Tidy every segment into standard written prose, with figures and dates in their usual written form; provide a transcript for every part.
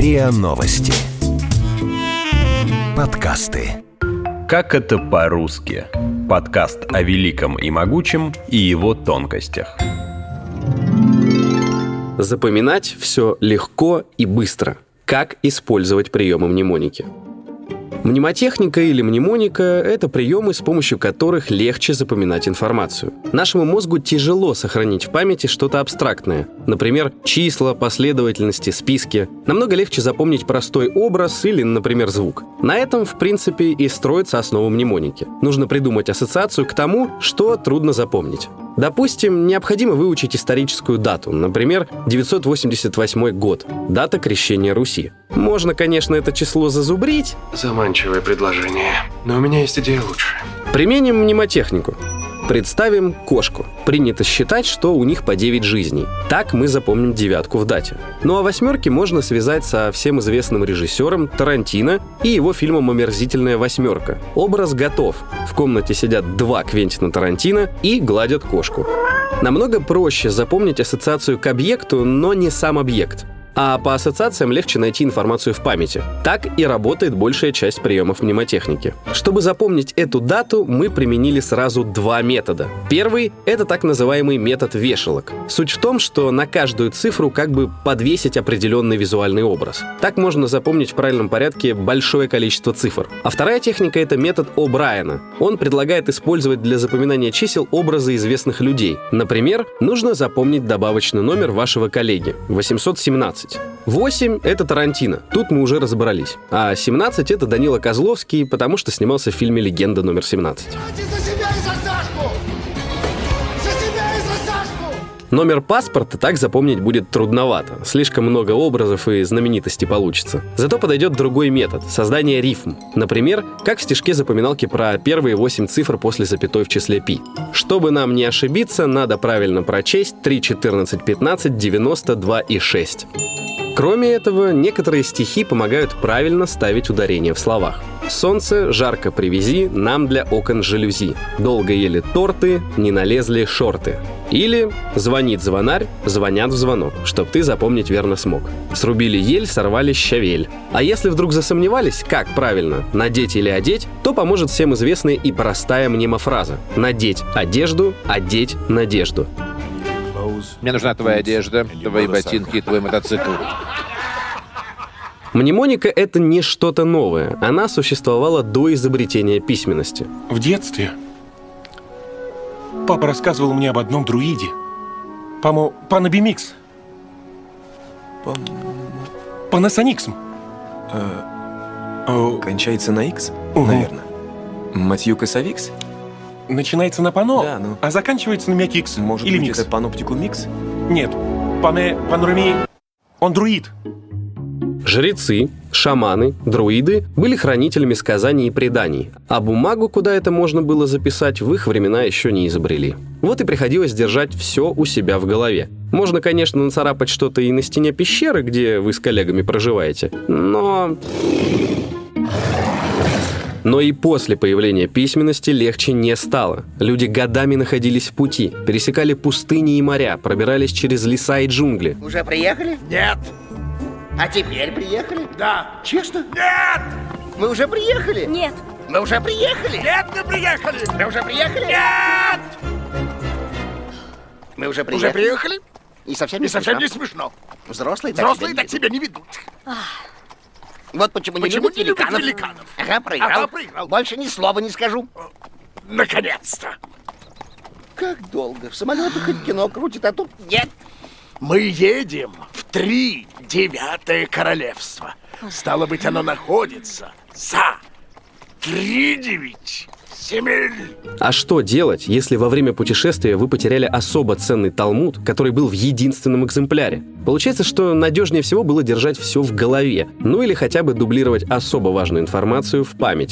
РИА Новости. Подкасты. Как это по-русски? Подкаст о великом и могучем и его тонкостях. Запоминать все легко и быстро. Как использовать приемы мнемоники? Мнемотехника или мнемоника — это приемы, с помощью которых легче запоминать информацию. Нашему мозгу тяжело сохранить в памяти что-то абстрактное. Например, числа, последовательности, списки. Намного легче запомнить простой образ или, например, звук. На этом, в принципе, и строится основа мнемоники. Нужно придумать ассоциацию к тому, что трудно запомнить. Допустим, необходимо выучить историческую дату, например, 988 год, дата крещения Руси. Можно, конечно, это число зазубрить. Заманчивое предложение, но у меня есть идея лучше. Применим мнемотехнику. Представим кошку. Принято считать, что у них по 9 жизней. Так мы запомним девятку в дате. Ну а восьмерки можно связать со всем известным режиссером Тарантино и его фильмом «Омерзительная восьмерка». Образ готов. В комнате сидят два Квентина Тарантино и гладят кошку. Намного проще запомнить ассоциацию к объекту, но не сам объект. А по ассоциациям легче найти информацию в памяти. Так и работает большая часть приемов мнемотехники. Чтобы запомнить эту дату, мы применили сразу два метода. Первый — это так называемый метод вешалок. Суть в том, что на каждую цифру как бы подвесить определенный визуальный образ. Так можно запомнить в правильном порядке большое количество цифр. А вторая техника — это метод О'Брайена. Он предлагает использовать для запоминания чисел образы известных людей. Например, нужно запомнить добавочный номер вашего коллеги — 817. 8 — это Тарантино, тут мы уже разобрались. А 17 — это Данила Козловский, потому что снимался в фильме «Легенда номер 17». Номер паспорта так запомнить будет трудновато. Слишком много образов и знаменитостей получится. Зато подойдет другой метод — создание рифм. Например, как в стишке запоминалки про первые 8 цифр после запятой в числе π. Чтобы нам не ошибиться, надо правильно прочесть 3, 14, 15, 92 и 6. Кроме этого, некоторые стихи помогают правильно ставить ударение в словах. «Солнце жарко привези, нам для окон жалюзи. Долго ели торты, не налезли шорты». Или «Звонит звонарь, звонят в звонок, чтоб ты запомнить верно смог. Срубили ель, сорвали щавель». А если вдруг засомневались, как правильно — надеть или одеть, то поможет всем известная и простая мнемофраза: «Надеть одежду, одеть надежду». Мне нужна твоя одежда, твои ботинки и твой мотоцикл. Мнемоника — это не что-то новое. Она существовала до изобретения письменности. В детстве папа рассказывал мне об одном друиде. По-моему, Панабимикс. Панасониксм. Кончается на X, Угу. наверное. Матью Косовикс? Начинается на пано, Да, ну. а заканчивается на мякикс. Может или быть, микс. это Паноптику Микс? Нет, Панурами. Он друид. Жрецы, шаманы, друиды были хранителями сказаний и преданий, а бумагу, куда это можно было записать, в их времена еще не изобрели. Вот и приходилось держать все у себя в голове. Можно, конечно, нацарапать что-то и на стене пещеры, где вы с коллегами проживаете, но и после появления письменности легче не стало. Люди годами находились в пути, пересекали пустыни и моря, пробирались через леса и джунгли. Уже приехали? Нет! А теперь приехали? Да! Честно? Нет! Мы уже приехали? Нет. Мы уже приехали? Нет, мы приехали! Мы уже приехали? Нет! Мы уже приехали? Уже приехали? И совсем И не совсем смешно. не смешно. Взрослые Взрослые так так себя не ведут. Вот почему не любят великанов. Ага, проиграл. Ага, проиграл. Больше ни слова не скажу. Наконец-то! Как долго? В самолетах хоть кино крутит, а тут нет. Мы едем в 39-е королевство. Стало быть, оно находится за 39 земель. А что делать, если во время путешествия вы потеряли особо ценный талмуд, который был в единственном экземпляре? Получается, что надежнее всего было держать все в голове, ну или хотя бы дублировать особо важную информацию в памяти.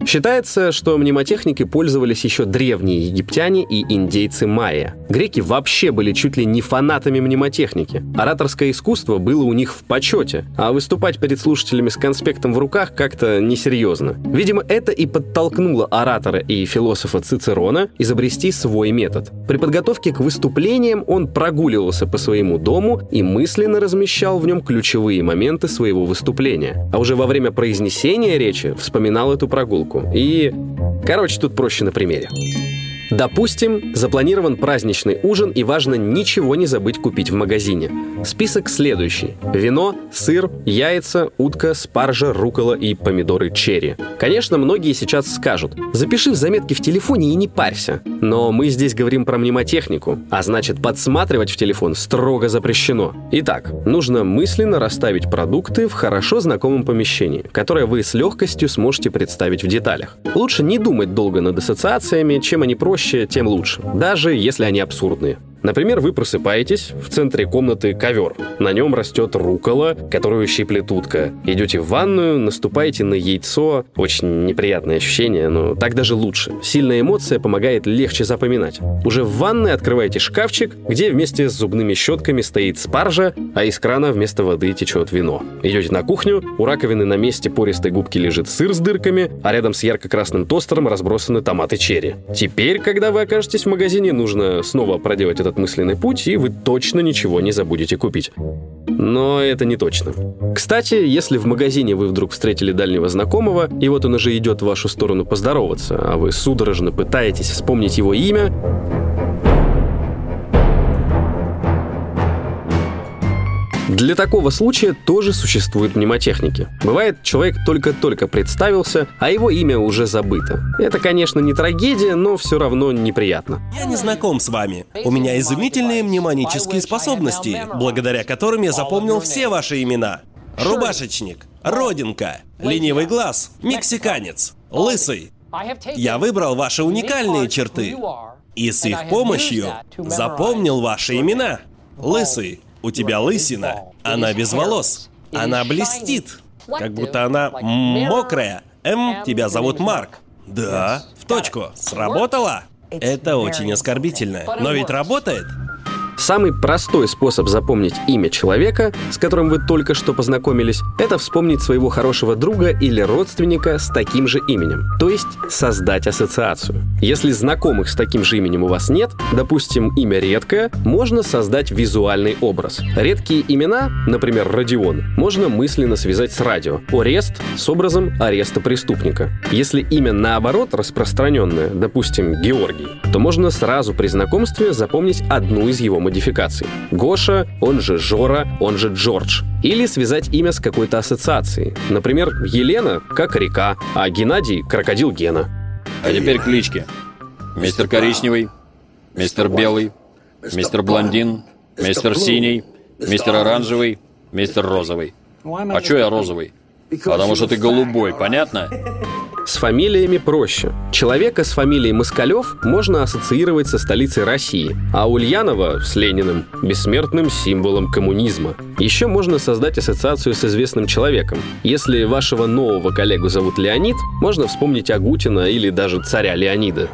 Считается, что мнемотехникой пользовались еще древние египтяне и индейцы майя. Греки вообще были чуть ли не фанатами мнемотехники. Ораторское искусство было у них в почете, а выступать перед слушателями с конспектом в руках как-то несерьезно. Видимо, это и подтолкнуло оратора и философа Цицерона изобрести свой метод. При подготовке к выступлениям он прогуливался по своему дому и мысленно размещал в нем ключевые моменты своего выступления. А уже во время произнесения речи вспоминал эту прогулку. И... Короче, тут проще на примере. Допустим, запланирован праздничный ужин и важно ничего не забыть купить в магазине. Список следующий. Вино, сыр, яйца, утка, спаржа, руккола и помидоры черри. Конечно, многие сейчас скажут: запиши в заметки в телефоне и не парься. Но мы здесь говорим про мнемотехнику, а значит, подсматривать в телефон строго запрещено. Итак, нужно мысленно расставить продукты в хорошо знакомом помещении, которое вы с легкостью сможете представить в деталях. Лучше не думать долго над ассоциациями, чем они проще, тем лучше, даже если они абсурдные. Например, вы просыпаетесь, в центре комнаты ковер. На нем растет руккола, которую щиплет утка. Идете в ванную, наступаете на яйцо. Очень неприятное ощущение, но так даже лучше. Сильная эмоция помогает легче запоминать. Уже в ванной открываете шкафчик, где вместе с зубными щетками стоит спаржа, а из крана вместо воды течет вино. Идете на кухню, у раковины на месте пористой губки лежит сыр с дырками, а рядом с ярко-красным тостером разбросаны томаты черри. Теперь, когда вы окажетесь в магазине, нужно снова проделать этот мысленный путь, и вы точно ничего не забудете купить. Но это не точно. Кстати, если в магазине вы вдруг встретили дальнего знакомого, и вот он уже идет в вашу сторону поздороваться, а вы судорожно пытаетесь вспомнить его имя, для такого случая тоже существуют мнемотехники. Бывает, человек только-только представился, а его имя уже забыто. Это, конечно, не трагедия, но все равно неприятно. Я не знаком с вами. У меня изумительные мнемонические способности, благодаря которым я запомнил все ваши имена. Рубашечник, родинка, ленивый глаз, мексиканец, лысый. Я выбрал ваши уникальные черты и с их помощью запомнил ваши имена. Лысый. У тебя лысина, она без волос, она блестит, как будто она мокрая. Тебя зовут Марк. Да, в точку. Сработало? Это очень оскорбительно, но ведь работает. Самый простой способ запомнить имя человека, с которым вы только что познакомились, это вспомнить своего хорошего друга или родственника с таким же именем, то есть создать ассоциацию. Если знакомых с таким же именем у вас нет, допустим, имя редкое, можно создать визуальный образ. Редкие имена, например, Родион, можно мысленно связать с радио, Орест с образом ареста преступника. Если имя наоборот распространенное, допустим, Георгий, то можно сразу при знакомстве запомнить одну из его модификаций. Гоша, он же Жора, он же Джордж. Или связать имя с какой-то ассоциацией. Например, Елена как река, а Геннадий — крокодил Гена. А теперь клички. Мистер Коричневый, мистер Белый, мистер Блондин, мистер Синий, мистер Оранжевый, мистер Розовый. А чё я розовый? Потому что ты голубой, понятно? С фамилиями проще. Человека с фамилией Москалев можно ассоциировать со столицей России, а Ульянова с Лениным, бессмертным символом коммунизма. Еще можно создать ассоциацию с известным человеком. Если вашего нового коллегу зовут Леонид, можно вспомнить Агутина или даже царя Леонида.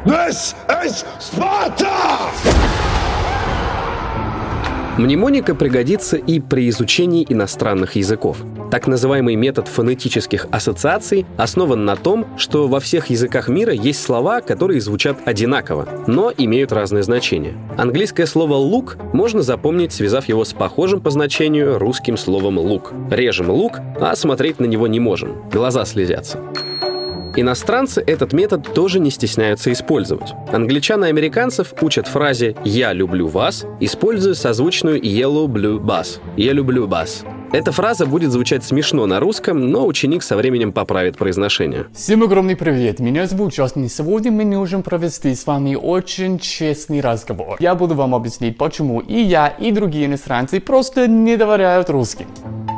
Мнемоника пригодится и при изучении иностранных языков. Так называемый метод фонетических ассоциаций основан на том, что во всех языках мира есть слова, которые звучат одинаково, но имеют разное значение. Английское слово «лук» можно запомнить, связав его с похожим по значению русским словом «лук». Режем лук, а смотреть на него не можем, глаза слезятся. Иностранцы этот метод тоже не стесняются использовать. Англичан и американцев учат фразе «я люблю вас», используя созвучную «yellow blue bus» – «я люблю бас». Эта фраза будет звучать смешно на русском, но ученик со временем поправит произношение. Всем огромный привет, меня зовут Джастин, и сегодня мы можем провести с вами очень честный разговор. Я буду вам объяснить, почему и я, и другие иностранцы просто не доверяют русским.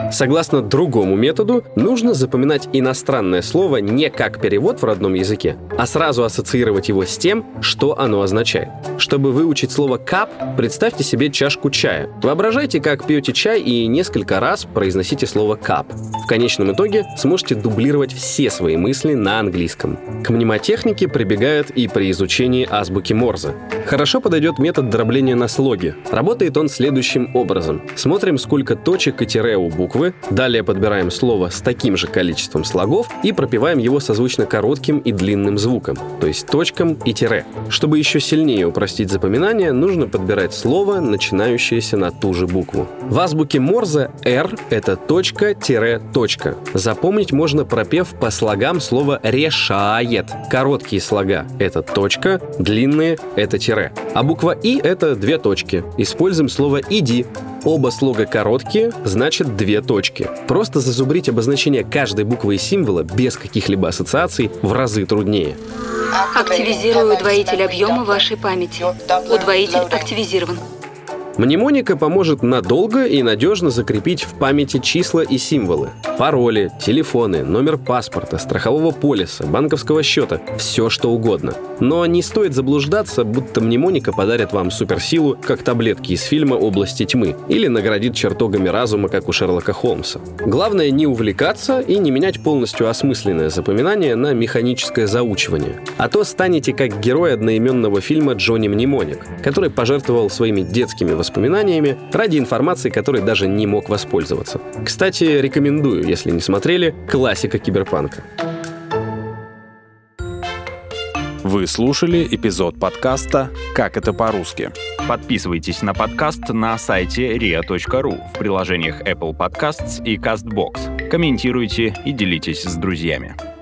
Согласно другому методу, нужно запоминать иностранное слово не как перевод в родном языке, а сразу ассоциировать его с тем, что оно означает. Чтобы выучить слово «кап», представьте себе чашку чая. Воображайте, как пьете чай и несколько раз произносите слово «кап». В конечном итоге сможете дублировать все свои мысли на английском. К мнемотехнике прибегают и при изучении азбуки Морзе. Хорошо подойдет метод дробления на слоги. Работает он следующим образом. Смотрим, сколько точек и тире у буквы, далее подбираем слово с таким же количеством слогов и пропеваем его созвучно коротким и длинным звуком, то есть точкам и тире. Чтобы еще сильнее упростить запоминание, нужно подбирать слово, начинающееся на ту же букву. В азбуке Морзе R — это точка-точка. Запомнить можно, пропев по слогам слово «решает». Короткие слога — это точка, длинные — это тире. А буква «и» — это 2 точки. Используем слово «иди». Оба слога короткие, значит 2 точки. Просто зазубрить обозначение каждой буквы и символа без каких-либо ассоциаций в разы труднее. Активизирую удвоитель объема вашей памяти. Удвоитель активизирован. Мнемоника поможет надолго и надежно закрепить в памяти числа и символы. Пароли, телефоны, номер паспорта, страхового полиса, банковского счета – все что угодно. Но не стоит заблуждаться, будто мнемоника подарит вам суперсилу, как таблетки из фильма «Области тьмы», или наградит чертогами разума, как у Шерлока Холмса. Главное не увлекаться и не менять полностью осмысленное запоминание на механическое заучивание. А то станете как герой одноименного фильма «Джонни Мнемоник», который пожертвовал своими детскими воспоминаниями ради информации, которой даже не мог воспользоваться. Кстати, рекомендую, если не смотрели, классика киберпанка. Вы слушали эпизод подкаста «Как это по-русски». Подписывайтесь на подкаст на сайте ria.ru, в приложениях Apple Podcasts и CastBox. Комментируйте и делитесь с друзьями.